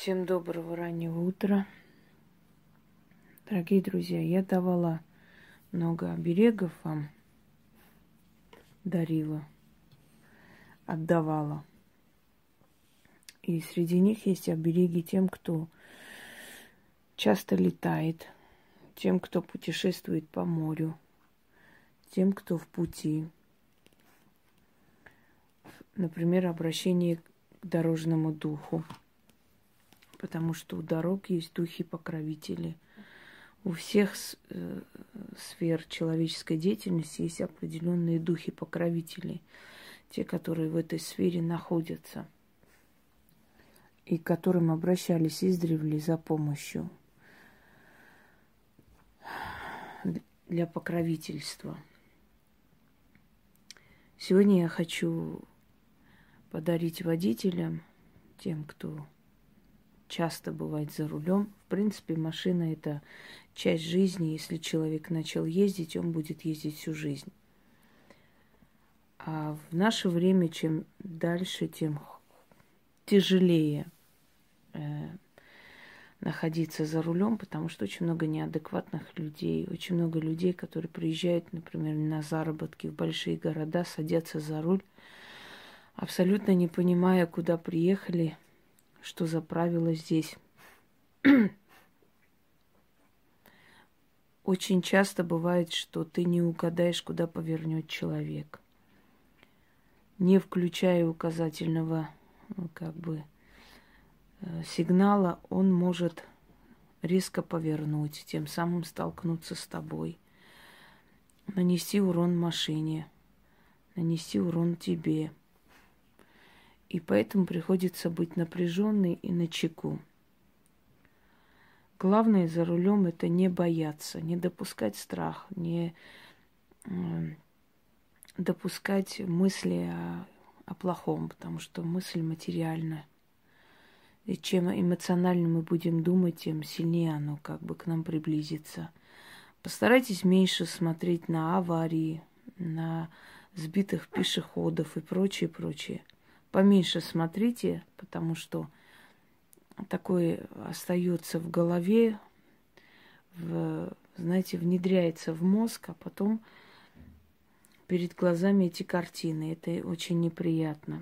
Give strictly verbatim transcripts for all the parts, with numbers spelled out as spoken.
Всем доброго раннего утра. Дорогие друзья, я давала много оберегов вам, дарила, отдавала. И среди них есть обереги тем, кто часто летает, тем, кто путешествует по морю, тем, кто в пути. Например, обращение к дорожному духу. Потому что у дорог есть духи-покровители. У всех э, сфер человеческой деятельности есть определенные духи-покровители. Те, которые в этой сфере находятся. И к которым обращались издревле за помощью для покровительства. Сегодня я хочу подарить водителям, тем, кто часто бывает за рулем. В принципе, машина – это часть жизни. Если человек начал ездить, он будет ездить всю жизнь. А в наше время, чем дальше, тем тяжелее э, находиться за рулем, потому что очень много неадекватных людей, очень много людей, которые приезжают, например, на заработки в большие города, садятся за руль, абсолютно не понимая, куда приехали, что за правила здесь. Очень часто бывает, что ты не угадаешь, куда повернет человек. Не включая указательного, как бы, сигнала, он может резко повернуть, тем самым столкнуться с тобой, нанести урон машине, нанести урон тебе. И поэтому приходится быть напряженной и начеку. Главное за рулем это не бояться, не допускать страх, не э, допускать мысли о, о плохом, потому что мысль материальна. И чем эмоционально мы будем думать, тем сильнее оно как бы к нам приблизится. Постарайтесь меньше смотреть на аварии, на сбитых пешеходов и прочее, прочее. Поменьше смотрите, потому что такое остается в голове, в, знаете, внедряется в мозг, а потом перед глазами эти картины. Это очень неприятно.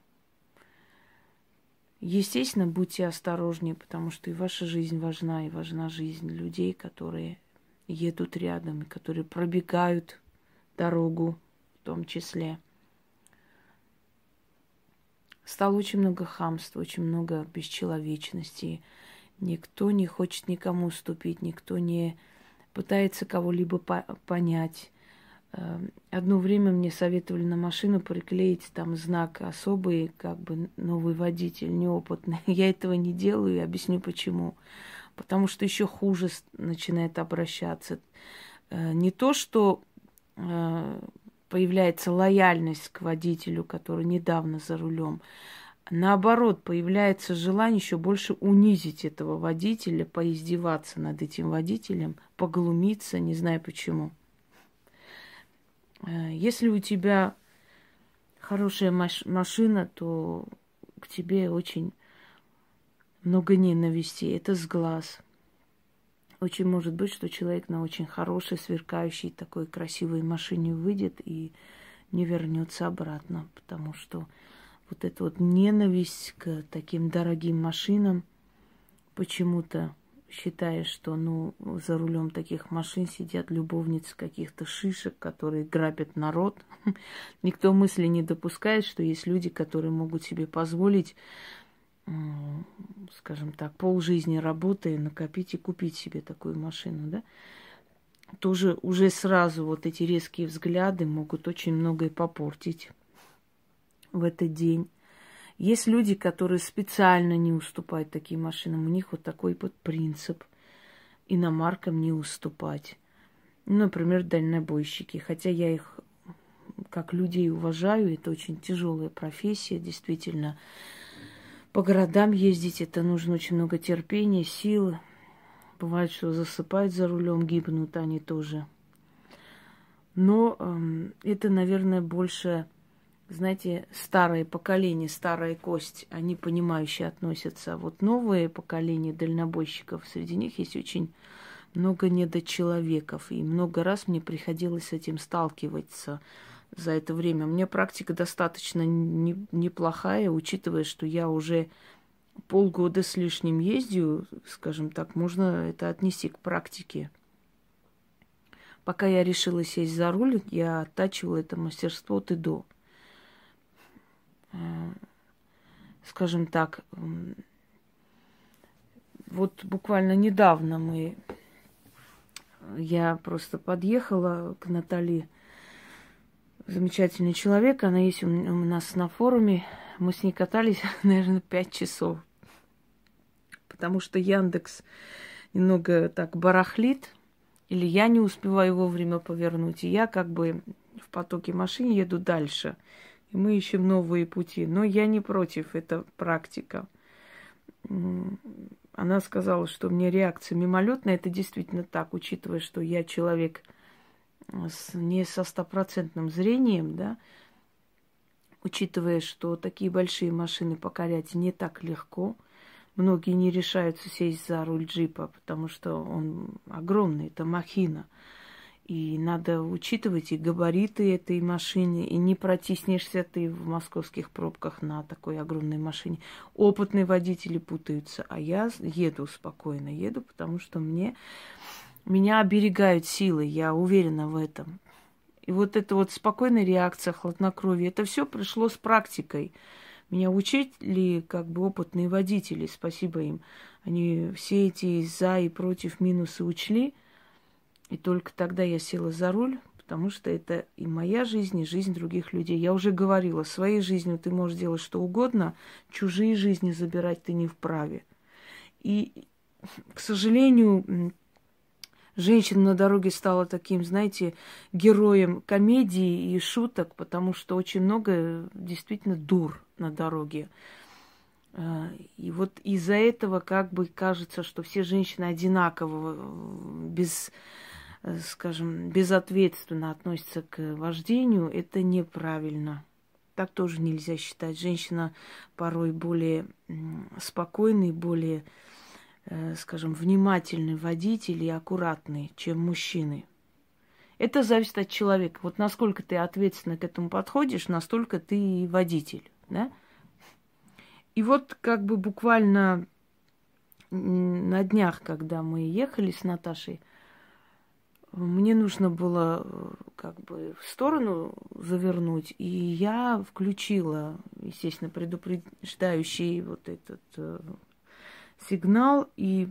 Естественно, будьте осторожнее, потому что и ваша жизнь важна, и важна жизнь людей, которые едут рядом, и которые пробегают дорогу в том числе. Стало очень много хамства, очень много бесчеловечности. Никто не хочет никому уступить, никто не пытается кого-либо по- понять. Одно время мне советовали на машину приклеить там знак особый, как бы новый водитель, неопытный. Я этого не делаю и объясню почему. Потому что еще хуже начинает обращаться. Не то, что появляется лояльность к водителю, который недавно за рулем. Наоборот, появляется желание еще больше унизить этого водителя, поиздеваться над этим водителем, поглумиться, не знаю почему. Если у тебя хорошая маш- машина, то к тебе очень много ненависти. Это с глаз. Очень может быть, что человек на очень хорошей, сверкающей, такой красивой машине выйдет и не вернется обратно, потому что вот эта вот ненависть к таким дорогим машинам, почему-то считая, что ну, за рулем таких машин сидят любовницы каких-то шишек, которые грабят народ. Никто мысли не допускает, что есть люди, которые могут себе позволить, скажем так, полжизни работая, накопить и купить себе такую машину, да, тоже уже сразу вот эти резкие взгляды могут очень многое попортить в этот день. Есть люди, которые специально не уступают таким машинам. У них вот такой вот принцип иномаркам не уступать. Ну, например, дальнобойщики. Хотя я их как людей уважаю, это очень тяжелая профессия, действительно. По городам ездить, это нужно очень много терпения, силы. Бывает, что засыпают за рулем, гибнут они тоже. Но э, это, наверное, больше знаете, старое поколение, старая кость, они понимающие относятся. А вот новое поколение дальнобойщиков, среди них есть очень много недочеловеков. И много раз мне приходилось с этим сталкиваться за это время. У меня практика достаточно не- неплохая, учитывая, что я уже полгода с лишним ездю, скажем так, можно это отнести к практике. Пока я решила сесть за руль, я оттачивала это мастерство от и до. Скажем так, вот буквально недавно мы, я просто подъехала к Натали, замечательный человек, она есть у нас на форуме, мы с ней катались, наверное, пять часов, потому что Яндекс немного так барахлит, или я не успеваю вовремя повернуть, и я как бы в потоке машин еду дальше. И мы ищем новые пути. Но я не против, это практика. Она сказала, что у меня реакция мимолетная. Это действительно так, учитывая, что я человек с, не со стопроцентным зрением, да, учитывая, что такие большие машины покорять не так легко. Многие не решаются сесть за руль джипа, потому что он огромный, это махина. И надо учитывать и габариты этой машины, и не протиснешься ты в московских пробках на такой огромной машине. Опытные водители путаются, а я еду спокойно, еду, потому что мне, меня оберегают силы, я уверена в этом. И вот эта вот спокойная реакция, хладнокровие, это все пришло с практикой. Меня учили как бы опытные водители, спасибо им. Они все эти за и против минусы учли. И только тогда я села за руль, потому что это и моя жизнь, и жизнь других людей. Я уже говорила, своей жизнью ты можешь делать что угодно, чужие жизни забирать ты не вправе. И, к сожалению, женщина на дороге стала таким, знаете, героем комедии и шуток, потому что очень много действительно дур на дороге. И вот из-за этого как бы кажется, что все женщины одинаково, без, скажем, безответственно относятся к вождению. Это неправильно. Так тоже нельзя считать. Женщина порой более спокойный, более, скажем, внимательный водитель и аккуратный, чем мужчины. Это зависит от человека. Вот насколько ты ответственно к этому подходишь, настолько ты и водитель, да? И вот как бы буквально на днях, когда мы ехали с Наташей, мне нужно было как бы в сторону завернуть, и я включила, естественно, предупреждающий вот этот э, сигнал, и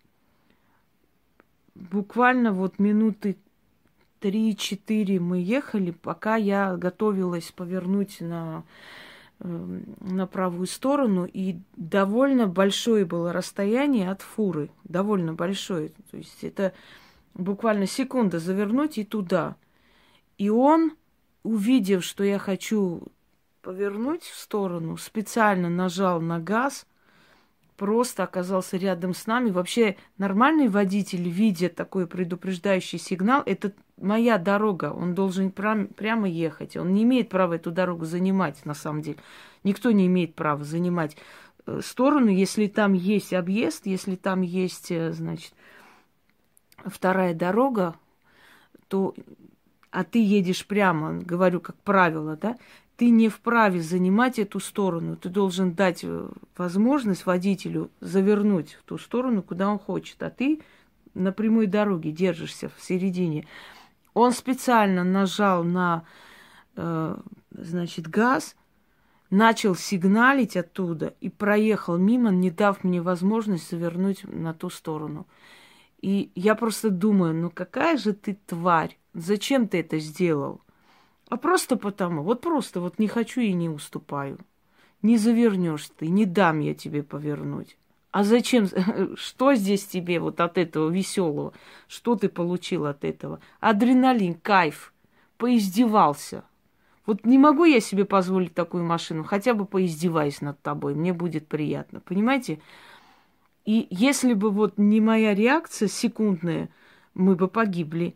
буквально вот минуты три-четыре мы ехали, пока я готовилась повернуть на на правую сторону, и довольно большое было расстояние от фуры, довольно большое, то есть это буквально секунда завернуть и туда. И он, увидев, что я хочу повернуть в сторону, специально нажал на газ, просто оказался рядом с нами. Вообще нормальный водитель, видя такой предупреждающий сигнал, это моя дорога, он должен прям, прямо ехать. Он не имеет права эту дорогу занимать, на самом деле. Никто не имеет права занимать сторону, если там есть объезд, если там есть, значит, вторая дорога, то, а ты едешь прямо, говорю, как правило, да, ты не вправе занимать эту сторону. Ты должен дать возможность водителю завернуть в ту сторону, куда он хочет. А ты на прямой дороге держишься в середине. Он специально нажал на, э, значит, газ, начал сигналить оттуда и проехал мимо, не дав мне возможность завернуть на ту сторону. И я просто думаю, ну какая же ты тварь? Зачем ты это сделал? А просто потому, вот просто вот не хочу и не уступаю. Не завернешь ты, не дам я тебе повернуть. А зачем? Что здесь тебе вот от этого веселого? Что ты получил от этого? Адреналин, кайф. Поиздевался. Вот не могу я себе позволить такую машину, хотя бы поиздеваюсь над тобой, мне будет приятно, понимаете? И если бы вот не моя реакция секундная, мы бы погибли.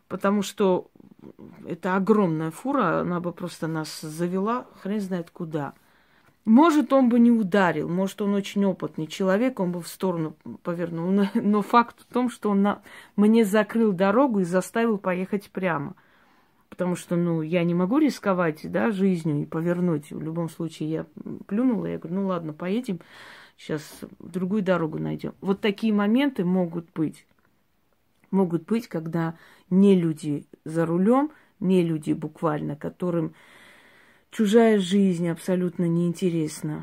потому что это огромная фура, она бы просто нас завела, хрен знает куда. Может, он бы не ударил, может, он очень опытный человек, он бы в сторону повернул. Но, но факт в том, что он на... мне закрыл дорогу и заставил поехать прямо. Потому что, ну, я не могу рисковать, да, жизнью и повернуть. В любом случае, я плюнула, я говорю, ну ладно, поедем, сейчас другую дорогу найдем. Вот такие моменты могут быть. Могут быть, когда не люди за рулем, не люди буквально, которым чужая жизнь абсолютно неинтересна.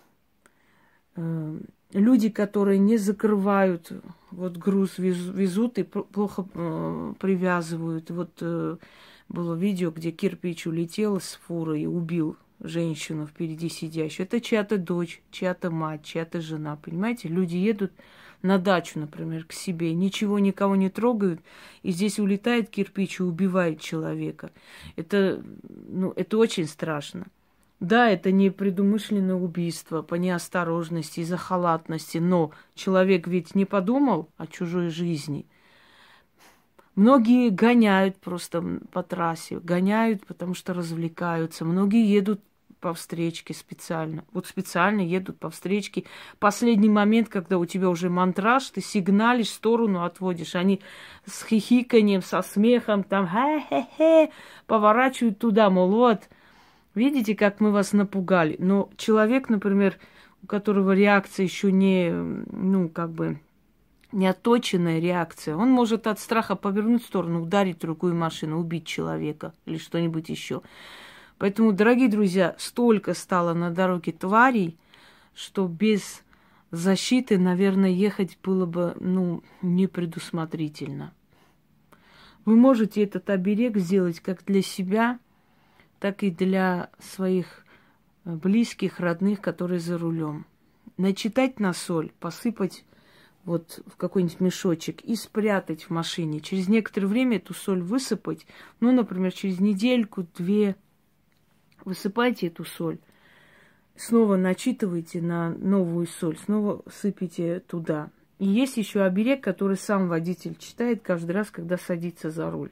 Люди, которые не закрывают, вот груз везут и плохо привязывают. Вот было видео, где кирпич улетел с фуры и убил женщину впереди сидящую. Это чья-то дочь, чья-то мать, чья-то жена, понимаете? Люди едут на дачу, например, к себе, ничего никого не трогают, и здесь улетает кирпич и убивает человека. Это, ну, это очень страшно. Да, это не предумышленное убийство по неосторожности, из-за халатности, но человек ведь не подумал о чужой жизни. Многие гоняют просто по трассе, гоняют, потому что развлекаются. Многие едут по встречке специально. Вот специально едут по встречке. Последний момент, когда у тебя уже мантраж, ты сигналишь, в сторону отводишь. Они с хихиканием, со смехом, там, хе-хе-хе, поворачивают туда, мол, вот, видите, как мы вас напугали. Но человек, например, у которого реакция еще не, ну, как бы, неоточенная реакция, он может от страха повернуть в сторону, ударить другую машину, убить человека или что-нибудь еще. Поэтому, дорогие друзья, столько стало на дороге тварей, что без защиты, наверное, ехать было бы, ну, непредусмотрительно. Вы можете этот оберег сделать как для себя, так и для своих близких, родных, которые за рулем. Начитать на соль, посыпать вот в какой-нибудь мешочек и спрятать в машине. Через некоторое время эту соль высыпать, ну, например, через недельку, две. Высыпайте эту соль, снова начитывайте на новую соль, снова сыпите туда. И есть еще оберег, который сам водитель читает каждый раз, когда садится за руль.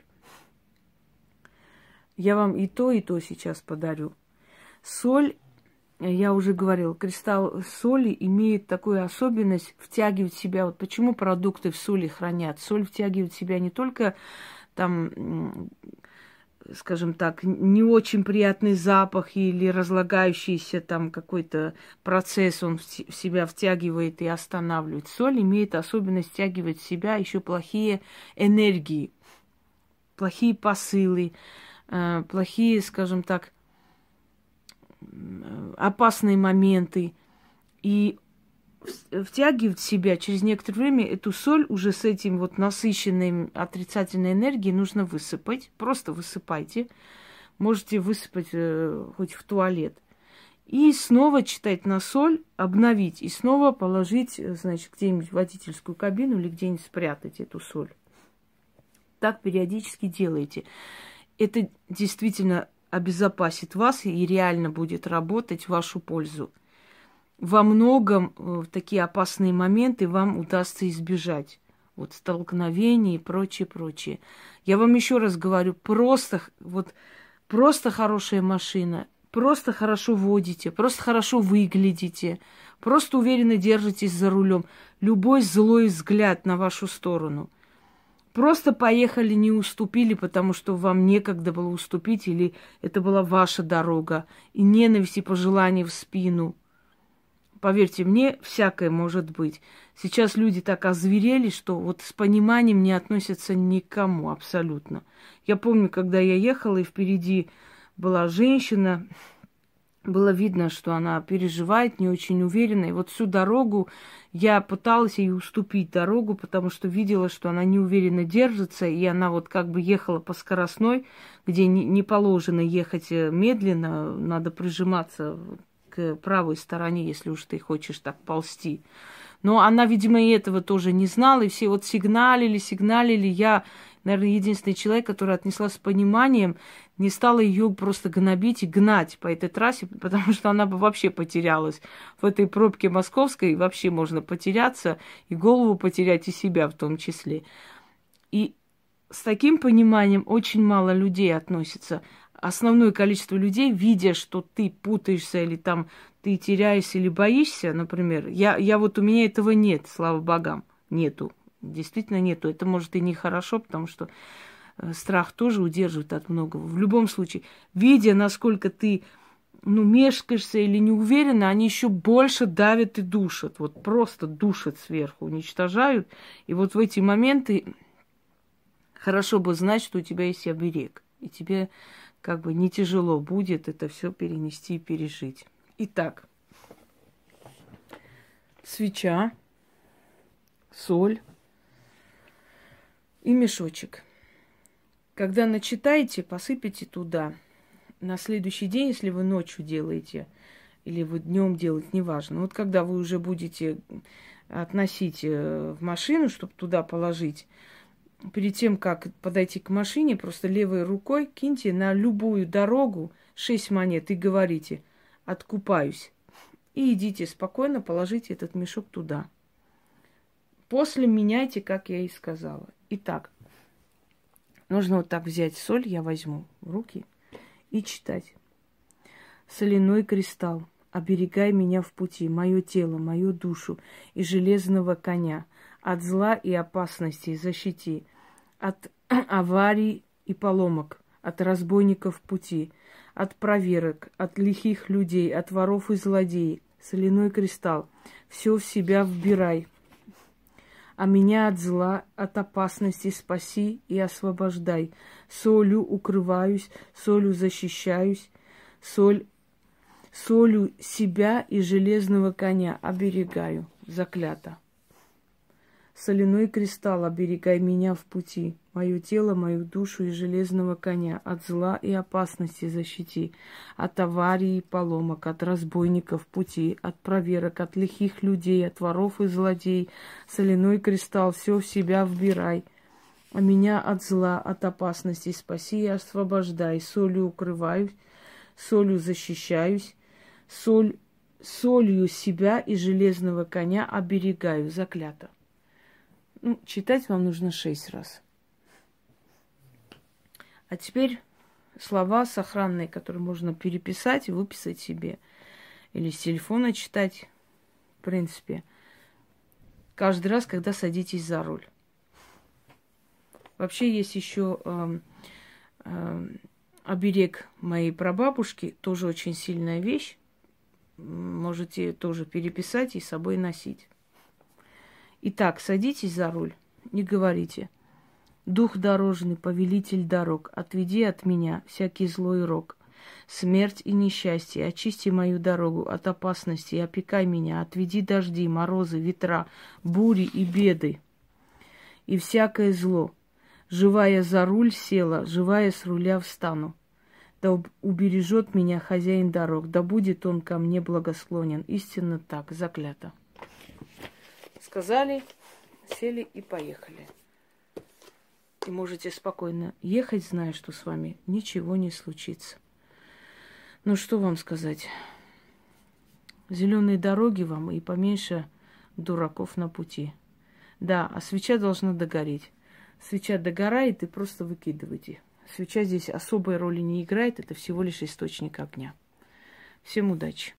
Я вам и то, и то сейчас подарю. Соль, я уже говорила, кристалл соли имеет такую особенность втягивать в себя. Вот почему продукты в соли хранят. Соль втягивает в себя не только там, скажем так, не очень приятный запах или разлагающийся там какой-то процесс, он в себя втягивает и останавливает. Соль имеет особенность втягивать в себя еще плохие энергии, плохие посылы, э, плохие, скажем так, опасные моменты. И втягивать в себя через некоторое время эту соль уже с этим вот насыщенной отрицательной энергией нужно высыпать. Просто высыпайте. Можете высыпать э, хоть в туалет. И снова читать на соль, обновить. И снова положить, значит, где-нибудь в водительскую кабину или где-нибудь спрятать эту соль. Так периодически делайте. Это действительно обезопасит вас и реально будет работать в вашу пользу. Во многом в такие опасные моменты вам удастся избежать. Вот столкновений и прочее, прочее. Я вам еще раз говорю, просто, вот, просто хорошая машина, просто хорошо водите, просто хорошо выглядите, просто уверенно держитесь за рулем. Любой злой взгляд на вашу сторону. Просто поехали, не уступили, потому что вам некогда было уступить, или это была ваша дорога, и ненависть и пожелания в спину. Поверьте мне, всякое может быть. Сейчас люди так озверели, что вот с пониманием не относятся никому абсолютно. Я помню, когда я ехала, и впереди была женщина, было видно, что она переживает, не очень уверена. И вот всю дорогу я пыталась ей уступить дорогу, потому что видела, что она неуверенно держится, и она вот как бы ехала по скоростной, где не положено ехать медленно, надо прижиматься к правой стороне, если уж ты хочешь так ползти. Но она, видимо, и этого тоже не знала, и все вот сигналили, сигналили. Я, наверное, единственный человек, который отнеслась с пониманием, не стала ее просто гнобить и гнать по этой трассе, потому что она бы вообще потерялась. В этой пробке московской вообще можно потеряться, и голову потерять, и себя в том числе. И с таким пониманием очень мало людей относится. Основное количество людей, видя, что ты путаешься или там ты теряешься или боишься, например, я, я вот у меня этого нет, слава богам, нету. Действительно нету. Это может и нехорошо, потому что э, страх тоже удерживает от многого. В любом случае, видя, насколько ты ну, мешкаешься или не уверена, они еще больше давят и душат. Вот просто душат сверху, уничтожают. И вот в эти моменты хорошо бы знать, что у тебя есть оберег. И тебе как бы не тяжело будет это все перенести и пережить. Итак, свеча, соль и мешочек. Когда начитаете, посыпите туда. На следующий день, если вы ночью делаете, или вы днем делаете, неважно. Вот когда вы уже будете относить в машину, чтобы туда положить, перед тем, как подойти к машине, просто левой рукой киньте на любую дорогу шесть монет и говорите «откупаюсь». И идите спокойно, положите этот мешок туда. После меняйте, как я и сказала. Итак, нужно вот так взять соль, я возьму в руки, и читать. Соляной кристалл, оберегай меня в пути, мое тело, мою душу и железного коня. От зла и опасностей защити, от аварий и поломок, от разбойников пути, от проверок, от лихих людей, от воров и злодеев. Соляной кристалл, все в себя вбирай. А меня от зла, от опасности спаси и освобождай. Солью укрываюсь, солью защищаюсь, соль, солью себя и железного коня оберегаю. Заклято. Соляной кристалл, оберегай меня в пути, мое тело, мою душу и железного коня, от зла и опасности защити, от аварий и поломок, от разбойников пути, от проверок, от лихих людей, от воров и злодей. Соляной кристалл, все в себя вбирай, а меня от зла, от опасности спаси и освобождай. Солью укрываюсь, солью защищаюсь, соль, солью себя и железного коня оберегаю. Заклято. Ну, читать вам нужно шесть раз. А теперь слова сохранные, которые можно переписать и выписать себе. Или с телефона читать, в принципе. Каждый раз, когда садитесь за руль. Вообще есть еще э, э, оберег моей прабабушки. Тоже очень сильная вещь. Можете тоже переписать и с собой носить. Итак, садитесь за руль, не говорите. Дух дорожный, повелитель дорог, отведи от меня всякий злой рок. Смерть и несчастье, очисти мою дорогу от опасности, опекай меня, отведи дожди, морозы, ветра, бури и беды. И всякое зло. Живая за руль села, живая с руля встану. Да убережет меня хозяин дорог, да будет он ко мне благосклонен. Истинно так, заклято. Сказали, сели и поехали. И можете спокойно ехать, зная, что с вами ничего не случится. Ну, что вам сказать? Зеленые дороги вам и поменьше дураков на пути. Да, а свеча должна догореть. Свеча догорает и просто выкидывайте. Свеча здесь особой роли не играет, это всего лишь источник огня. Всем удачи!